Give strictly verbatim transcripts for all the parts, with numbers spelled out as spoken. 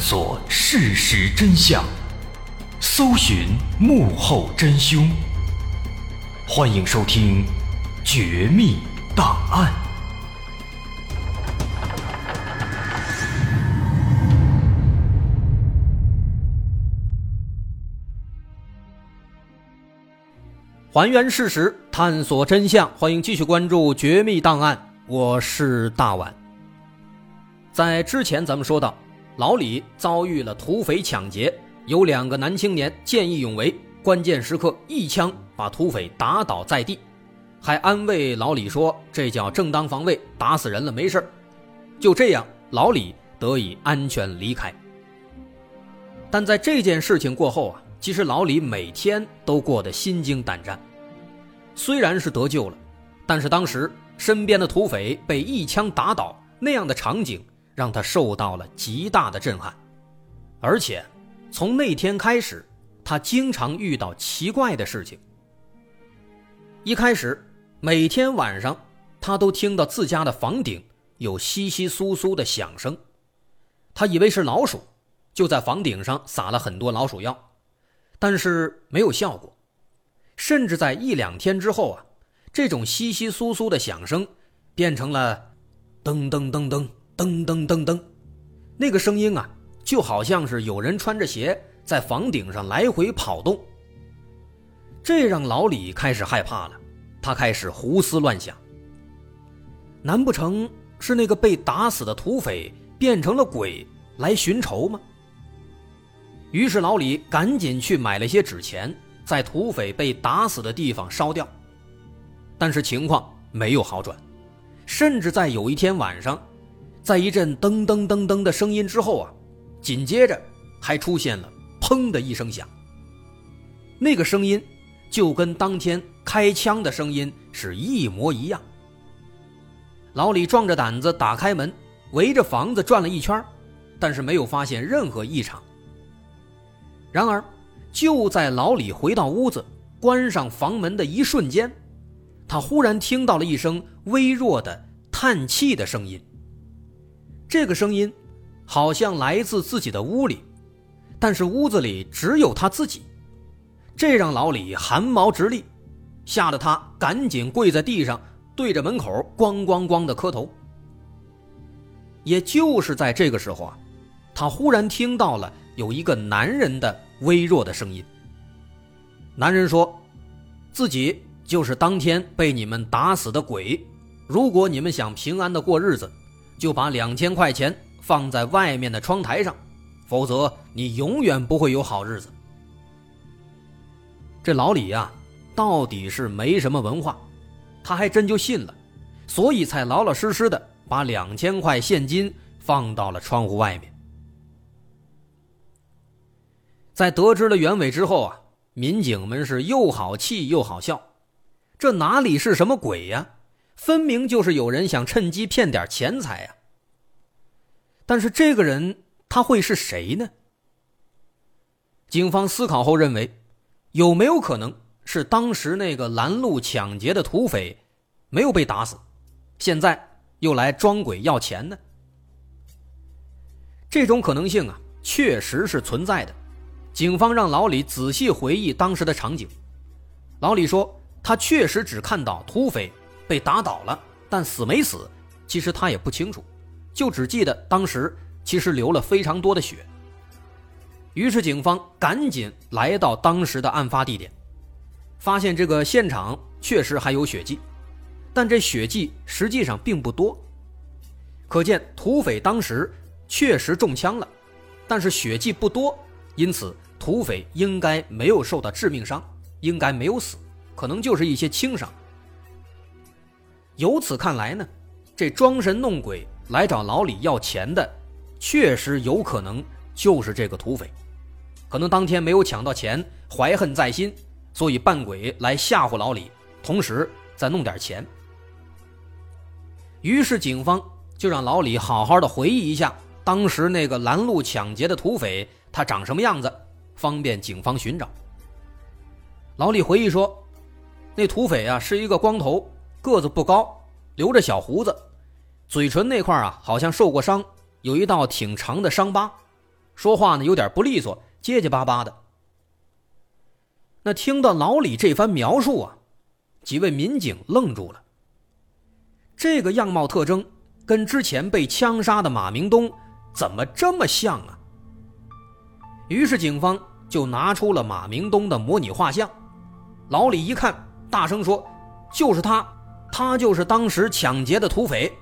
索事实真相，搜寻幕后真凶。欢迎收听《绝密档案》。 还原事实，探索真相，欢迎继续关注《绝密档案》，我是大碗。在之前咱们说到，老李遭遇了土匪抢劫，有两个男青年见义勇为，关键时刻一枪把土匪打倒在地，还安慰老李说这叫正当防卫，打死人了没事。就这样，老李得以安全离开。但在这件事情过后啊，其实老李每天都过得心惊胆战。虽然是得救了，但是当时身边的土匪被一枪打倒，那样的场景让他受到了极大的震撼。而且从那天开始，他经常遇到奇怪的事情。一开始每天晚上他都听到自家的房顶有窸窸窣窣的响声，他以为是老鼠，就在房顶上撒了很多老鼠药，但是没有效果。甚至在一两天之后啊，这种窸窸窣窣的响声变成了噔噔噔噔噔噔噔噔，那个声音啊，就好像是有人穿着鞋在房顶上来回跑动。这让老李开始害怕了，他开始胡思乱想，难不成是那个被打死的土匪变成了鬼来寻仇吗？于是老李赶紧去买了些纸钱，在土匪被打死的地方烧掉。但是情况没有好转，甚至在有一天晚上，在一阵噔噔噔噔的声音之后啊，紧接着还出现了砰的一声响。那个声音就跟当天开枪的声音是一模一样。老李壮着胆子打开门，围着房子转了一圈，但是没有发现任何异常。然而就在老李回到屋子关上房门的一瞬间，他忽然听到了一声微弱的叹气的声音。这个声音好像来自自己的屋里，但是屋子里只有他自己，这让老李汗毛直立，吓得他赶紧跪在地上，对着门口咣咣咣地磕头。也就是在这个时候啊，他忽然听到了有一个男人的微弱的声音。男人说，自己就是当天被你们打死的鬼，如果你们想平安的过日子，就把两千块钱放在外面的窗台上，否则你永远不会有好日子。这老李啊，到底是没什么文化，他还真就信了，所以才老老实实的把两千块现金放到了窗户外面。在得知了原委之后啊，民警们是又好气又好笑，这哪里是什么鬼呀，分明就是有人想趁机骗点钱财呀。但是这个人他会是谁呢？警方思考后认为，有没有可能是当时那个拦路抢劫的土匪没有被打死，现在又来装鬼要钱呢？这种可能性啊，确实是存在的。警方让老李仔细回忆当时的场景。老李说，他确实只看到土匪被打倒了，但死没死其实他也不清楚，就只记得当时其实流了非常多的血。于是警方赶紧来到当时的案发地点，发现这个现场确实还有血迹，但这血迹实际上并不多，可见土匪当时确实中枪了，但是血迹不多，因此土匪应该没有受到致命伤，应该没有死，可能就是一些轻伤。由此看来呢，这装神弄鬼来找老李要钱的确实有可能就是这个土匪，可能当天没有抢到钱，怀恨在心，所以扮鬼来吓唬老李，同时再弄点钱。于是警方就让老李好好的回忆一下当时那个拦路抢劫的土匪他长什么样子，方便警方寻找。老李回忆说，那土匪啊是一个光头，个子不高，留着小胡子，嘴唇那块啊好像受过伤，有一道挺长的伤疤， 说话呢有点不利索，结结巴巴的。那听到老李这番描述啊，几位民警愣住了。这个样貌特征跟之前被枪杀的马明东怎么这么像啊？于是警方就拿出了马明东的模拟画像。老李一看，大声说：“就是他，他就是当时抢劫的土匪。”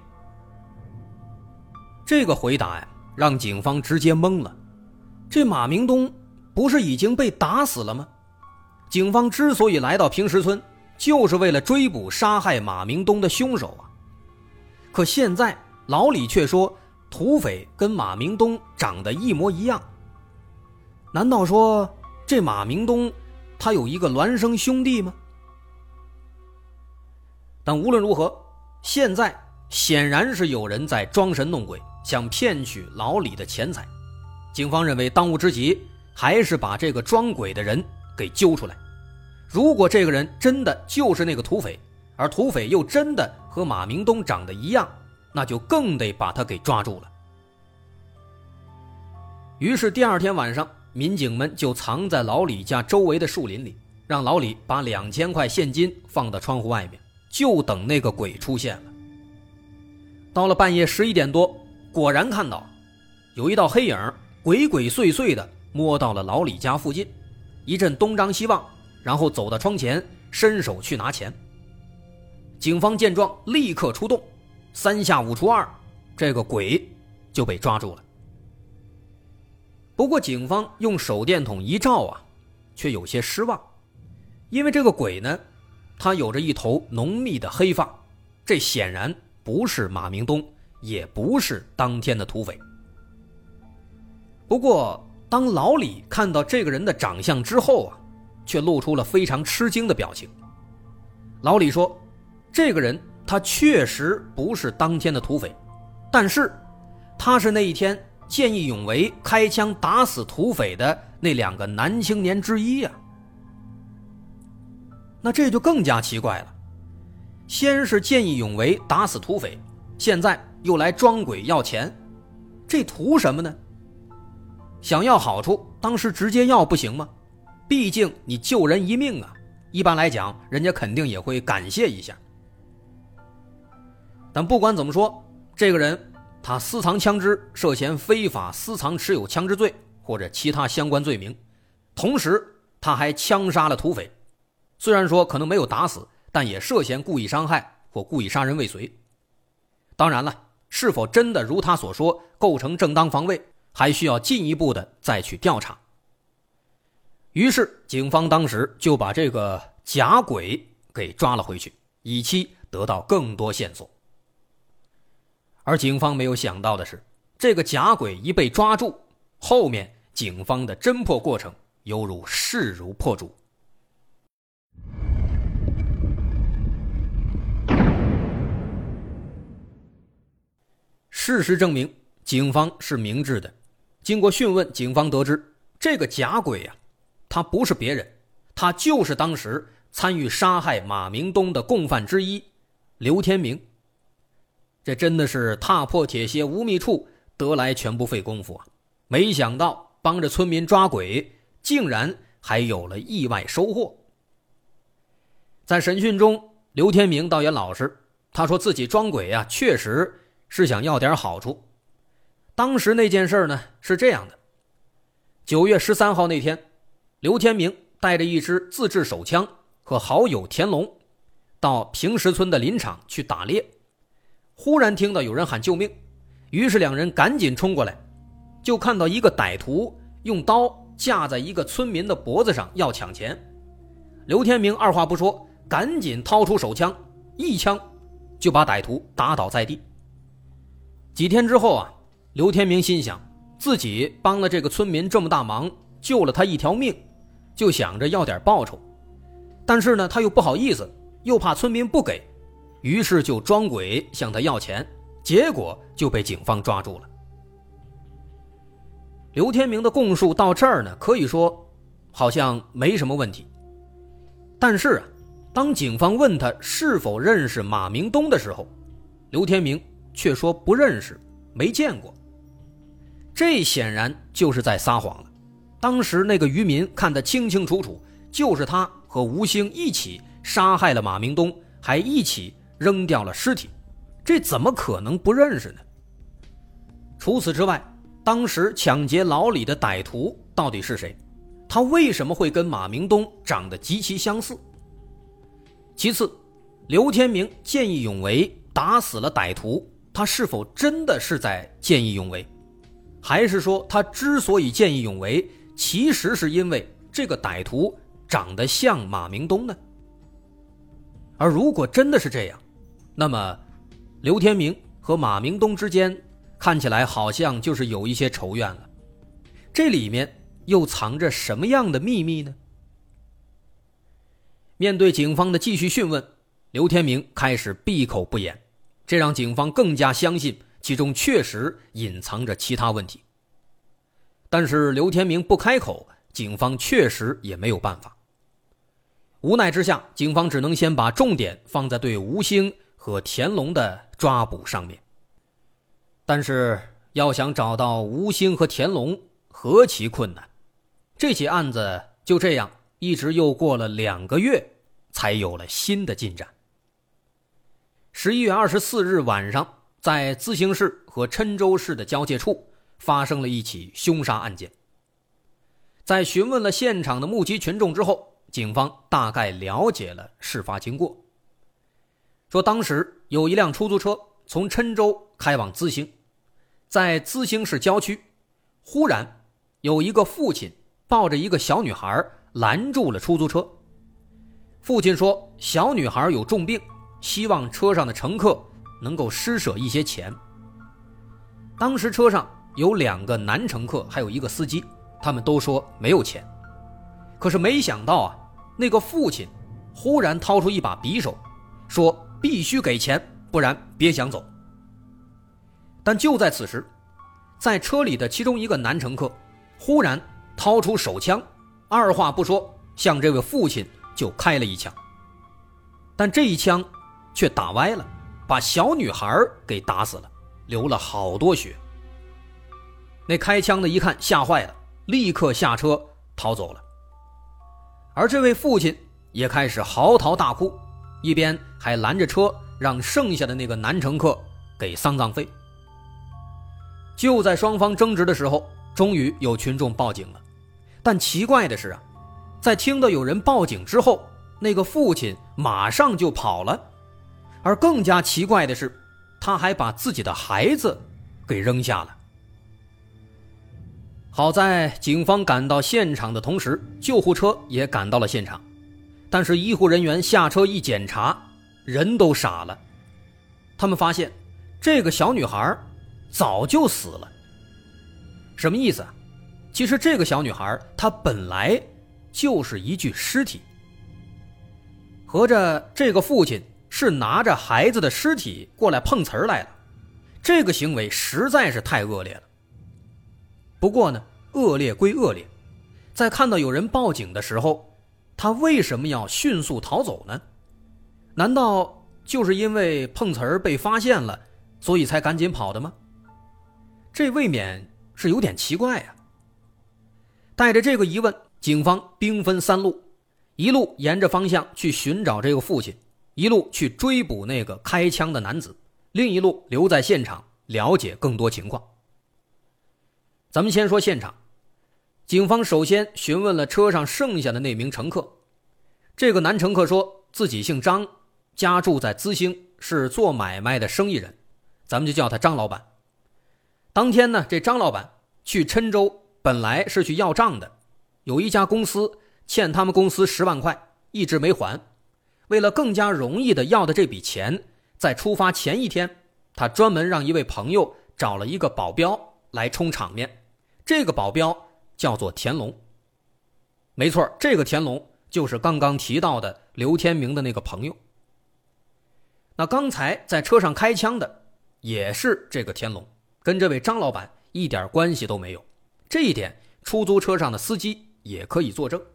这个回答呀，让警方直接懵了。这马明东不是已经被打死了吗？警方之所以来到平石村，就是为了追捕杀害马明东的凶手啊。可现在老李却说土匪跟马明东长得一模一样。难道说这马明东他有一个孪生兄弟吗？但无论如何，现在显然是有人在装神弄鬼，想骗取老李的钱财。警方认为当务之急还是把这个装鬼的人给揪出来。如果这个人真的就是那个土匪，而土匪又真的和马明东长得一样，那就更得把他给抓住了。于是第二天晚上，民警们就藏在老李家周围的树林里，让老李把两千块现金放到窗户外面，就等那个鬼出现了。到了半夜十一点多，果然看到有一道黑影鬼鬼祟祟的摸到了老李家附近，一阵东张西望，然后走到窗前，伸手去拿钱。警方见状立刻出动，三下五除二，这个鬼就被抓住了。不过警方用手电筒一照啊，却有些失望，因为这个鬼呢，他有着一头浓密的黑发，这显然不是马明东，也不是当天的土匪。不过当老李看到这个人的长相之后啊，却露出了非常吃惊的表情。老李说，这个人他确实不是当天的土匪，但是他是那一天见义勇为开枪打死土匪的那两个男青年之一呀、啊。那这就更加奇怪了，先是见义勇为打死土匪，现在又来装鬼要钱，这图什么呢？想要好处当时直接要不行吗？毕竟你救人一命啊，一般来讲人家肯定也会感谢一下。但不管怎么说，这个人他私藏枪支，涉嫌非法私藏持有枪支罪或者其他相关罪名，同时他还枪杀了土匪，虽然说可能没有打死，但也涉嫌故意伤害或故意杀人未遂。当然了，是否真的如他所说构成正当防卫，还需要进一步的再去调查。于是警方当时就把这个假鬼给抓了回去，以期得到更多线索。而警方没有想到的是，这个假鬼一被抓住，后面警方的侦破过程犹如势如破竹。事实证明，警方是明智的。经过讯问，警方得知这个假鬼啊，他不是别人，他就是当时参与杀害马明东的共犯之一刘天明。这真的是踏破铁鞋无觅处，得来全不费工夫啊！没想到帮着村民抓鬼，竟然还有了意外收获。在审讯中，刘天明倒也老实，他说自己装鬼啊，确实是想要点好处。当时那件事呢是这样的，九月十三号那天，刘天明带着一支自制手枪和好友田龙到平石村的林场去打猎，忽然听到有人喊救命，于是两人赶紧冲过来，就看到一个歹徒用刀架在一个村民的脖子上要抢钱。刘天明二话不说，赶紧掏出手枪，一枪就把歹徒打倒在地。几天之后啊，刘天明心想自己帮了这个村民这么大忙，救了他一条命，就想着要点报酬，但是呢他又不好意思，又怕村民不给，于是就装鬼向他要钱，结果就被警方抓住了。刘天明的供述到这儿呢，可以说好像没什么问题。但是啊，当警方问他是否认识马明东的时候，刘天明却说不认识，没见过。 这显然就是在撒谎了。当时那个渔民看得清清楚楚，就是他和吴兴一起杀害了马明东，还一起扔掉了尸体，这怎么可能不认识呢？除此之外，当时抢劫老李的歹徒到底是谁？他为什么会跟马明东长得极其相似？其次，刘天明见义勇为打死了歹徒，他是否真的是在见义勇为？还是说他之所以见义勇为，其实是因为这个歹徒长得像马明东呢？而如果真的是这样，那么刘天明和马明东之间看起来好像就是有一些仇怨了，这里面又藏着什么样的秘密呢？面对警方的继续讯问，刘天明开始闭口不言，这让警方更加相信其中确实隐藏着其他问题。但是刘天明不开口，警方确实也没有办法。无奈之下，警方只能先把重点放在对吴兴和田龙的抓捕上面。但是要想找到吴兴和田龙何其困难，这起案子就这样一直又过了两个月才有了新的进展。十一月二十四日晚上，在咨兴市和郴州市的交界处发生了一起凶杀案件。在询问了现场的目击群众之后，警方大概了解了事发经过。说当时有一辆出租车从郴州开往咨兴，在咨兴市郊区，忽然有一个父亲抱着一个小女孩拦住了出租车。父亲说小女孩有重病，希望车上的乘客能够施舍一些钱。当时车上有两个男乘客还有一个司机，他们都说没有钱。可是没想到啊，那个父亲忽然掏出一把匕首，说必须给钱，不然别想走。但就在此时，在车里的其中一个男乘客忽然掏出手枪，二话不说向这位父亲就开了一枪。但这一枪却打歪了，把小女孩给打死了，流了好多血。那开枪的一看吓坏了，立刻下车逃走了。而这位父亲也开始嚎啕大哭，一边还拦着车让剩下的那个男乘客给丧葬费。就在双方争执的时候，终于有群众报警了。但奇怪的是啊，在听到有人报警之后，那个父亲马上就跑了。而更加奇怪的是，他还把自己的孩子给扔下了。好在警方赶到现场的同时，救护车也赶到了现场。但是医护人员下车一检查，人都傻了。他们发现这个小女孩早就死了。什么意思啊？其实这个小女孩她本来就是一具尸体。合着这个父亲是拿着孩子的尸体过来碰瓷儿来了，这个行为实在是太恶劣了。不过呢，恶劣归恶劣，在看到有人报警的时候，他为什么要迅速逃走呢？难道就是因为碰瓷儿被发现了，所以才赶紧跑的吗？这未免是有点奇怪啊。带着这个疑问，警方兵分三路，一路沿着方向去寻找这个父亲，一路去追捕那个开枪的男子，另一路留在现场了解更多情况。咱们先说现场，警方首先询问了车上剩下的那名乘客。这个男乘客说自己姓张，家住在资兴，是做买卖的生意人，咱们就叫他张老板。当天呢，这张老板去郴州本来是去要账的，有一家公司欠他们公司十万块，一直没还。为了更加容易的要的这笔钱，在出发前一天，他专门让一位朋友找了一个保镖来充场面。这个保镖叫做田龙。没错，这个田龙就是刚刚提到的刘天明的那个朋友。那刚才在车上开枪的也是这个田龙，跟这位张老板一点关系都没有。这一点出租车上的司机也可以作证。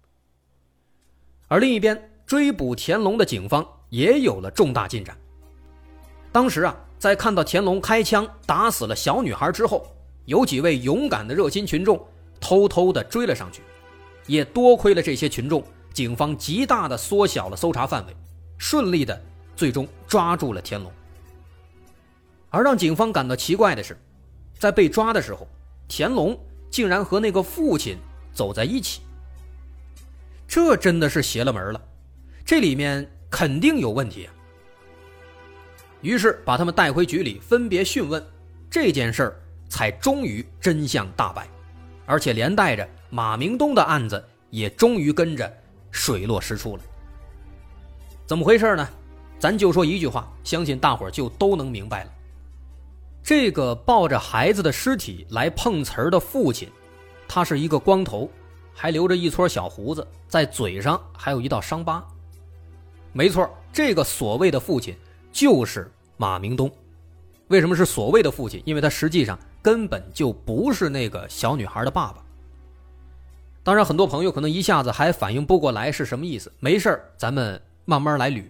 而另一边，追捕田龙的警方也有了重大进展。当时啊，在看到田龙开枪打死了小女孩之后， 有几位勇敢的热心群众偷偷地追了上去，也多亏了这些群众，警方极大地缩小了搜查范围，顺利地最终抓住了田龙。而让警方感到奇怪的是，在被抓的时候，田龙竟然和那个父亲走在一起，这真的是邪了门了，这里面肯定有问题啊。于是把他们带回局里分别讯问，这件事儿才终于真相大白，而且连带着马明东的案子也终于跟着水落石出了。怎么回事呢？咱就说一句话，相信大伙儿就都能明白了。这个抱着孩子的尸体来碰瓷儿的父亲，他是一个光头，还留着一撮小胡子，在嘴上还有一道伤疤。没错，这个所谓的父亲就是马明东。为什么是所谓的父亲？因为他实际上根本就不是那个小女孩的爸爸。当然很多朋友可能一下子还反应不过来是什么意思，没事儿，咱们慢慢来捋。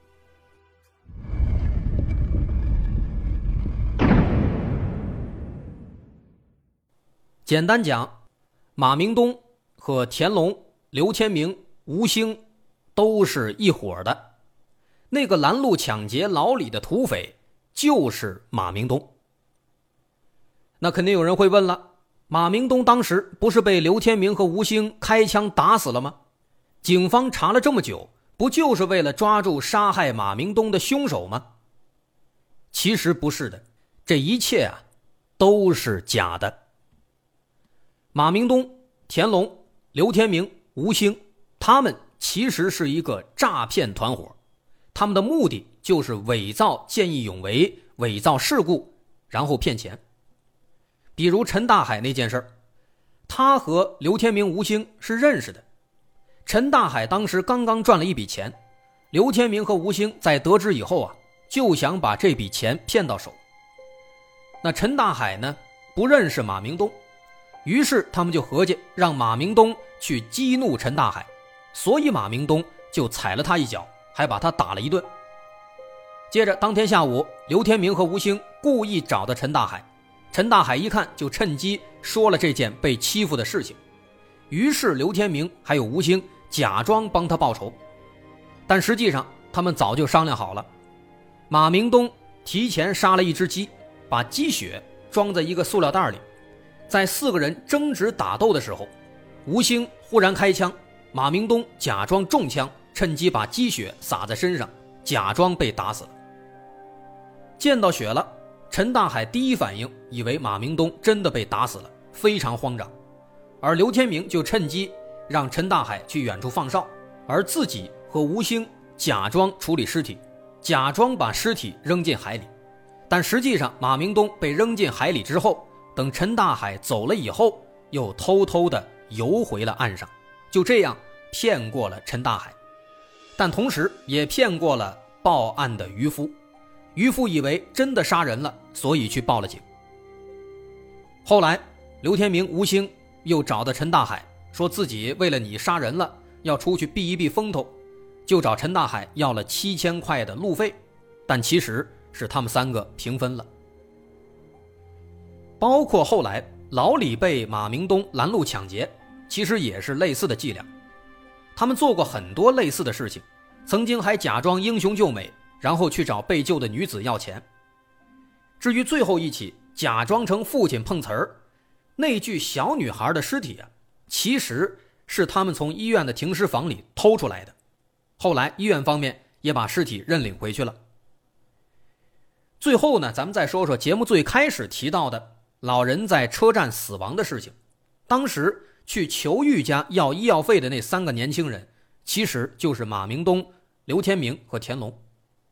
简单讲，马明东和田龙、刘天明、吴兴都是一伙的。那个拦路抢劫老李的土匪就是马明东。那肯定有人会问了，马明东当时不是被刘天明和吴兴开枪打死了吗？警方查了这么久，不就是为了抓住杀害马明东的凶手吗？其实不是的，这一切啊都是假的。马明东、田龙、刘天明、吴兴，他们其实是一个诈骗团伙，他们的目的就是伪造见义勇为，伪造事故，然后骗钱。比如陈大海那件事儿，他和刘天明、吴兴是认识的。陈大海当时刚刚赚了一笔钱，刘天明和吴兴在得知以后啊，就想把这笔钱骗到手。那陈大海呢，不认识马明东，于是他们就合计让马明东去激怒陈大海，所以马明东就踩了他一脚，还把他打了一顿。接着当天下午，刘天明和吴兴故意找到陈大海，陈大海一看就趁机说了这件被欺负的事情，于是刘天明还有吴兴假装帮他报仇。但实际上他们早就商量好了，马明东提前杀了一只鸡，把鸡血装在一个塑料袋里，在四个人争执打斗的时候，吴兴忽然开枪，马明东假装中枪，趁机把鸡血洒在身上，假装被打死了。见到血了，陈大海第一反应以为马明东真的被打死了，非常慌张，而刘天明就趁机让陈大海去远处放哨，而自己和吴兴假装处理尸体，假装把尸体扔进海里。但实际上马明东被扔进海里之后，等陈大海走了以后，又偷偷地游回了岸上，就这样骗过了陈大海，但同时也骗过了报案的渔夫。渔夫以为真的杀人了，所以去报了警。后来刘天明、吴兴又找到陈大海，说自己为了你杀人了，要出去避一避风头，就找陈大海要了七千块的路费，但其实是他们三个平分了。包括后来老李被马明东拦路抢劫，其实也是类似的伎俩。他们做过很多类似的事情，曾经还假装英雄救美，然后去找被救的女子要钱。至于最后一起假装成父亲碰瓷儿，那具小女孩的尸体啊，其实是他们从医院的停尸房里偷出来的，后来医院方面也把尸体认领回去了。最后呢，咱们再说说节目最开始提到的老人在车站死亡的事情。当时去裘玉家要医药费的那三个年轻人，其实就是马明东、刘天明和田龙。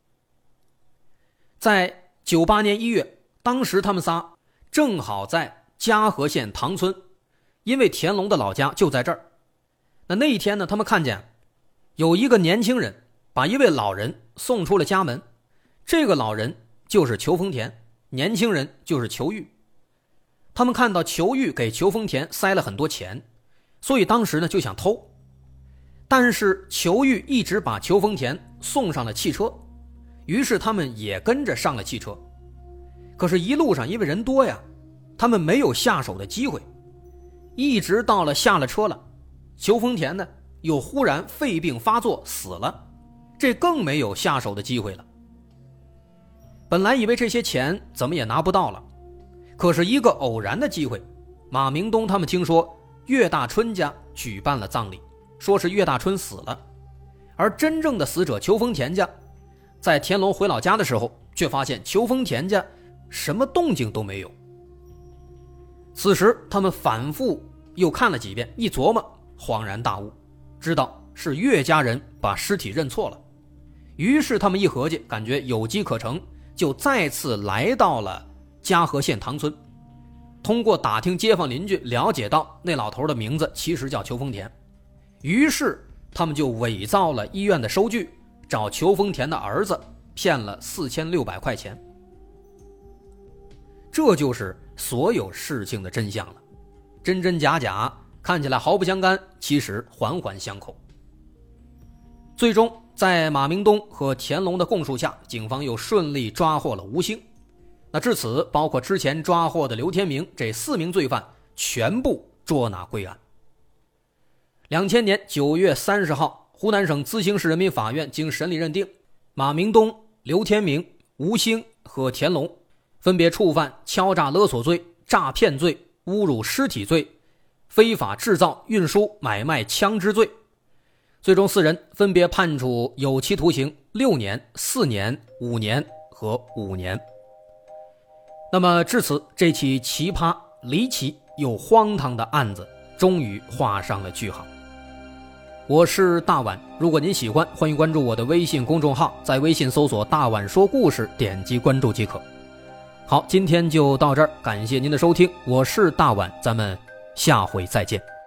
在九八年一月，当时他们仨正好在嘉禾县塘村，因为田龙的老家就在这儿。那那一天呢，他们看见有一个年轻人把一位老人送出了家门，这个老人就是裘丰田，年轻人就是裘玉。他们看到裘玉给裘丰田塞了很多钱，所以当时呢就想偷。但是裘玉一直把裘丰田送上了汽车，于是他们也跟着上了汽车。可是一路上因为人多呀， 他们没有下手的机会，一直到了下了车了，裘丰田呢又忽然肺病发作死了，这更没有下手的机会了。本来以为这些钱怎么也拿不到了，可是一个偶然的机会，马明东他们听说岳大春家举办了葬礼，说是岳大春死了，而真正的死者裘丰田家在田龙回老家的时候，却发现裘丰田家什么动静都没有。此时他们反复又看了几遍，一琢磨，恍然大悟，知道是岳家人把尸体认错了。于是他们一合计，感觉有机可乘，就再次来到了嘉禾县塘村。通过打听街坊邻居，了解到那老头的名字其实叫裘丰田，于是他们就伪造了医院的收据，找裘丰田的儿子骗了四千六百块钱。这就是所有事情的真相了，真真假假，看起来毫不相干，其实环环相扣。最终在马明东和田龙的供述下，警方又顺利抓获了吴兴。那至此，包括之前抓获的刘天明这四名罪犯全部捉拿归案。两千年九月三十号，湖南省资兴市人民法院经审理认定，马明东、刘天明、吴兴和田龙分别触犯敲诈勒索罪、诈骗罪、侮辱尸体罪、非法制造、运输、买卖枪支罪。最终四人分别判处有期徒刑六年、四年、五年和五年。那么至此，这起奇葩、离奇又荒唐的案子终于画上了句号。我是大碗，如果您喜欢，欢迎关注我的微信公众号，在微信搜索大碗说故事，点击关注即可。好，今天就到这儿，感谢您的收听，我是大碗，咱们下回再见。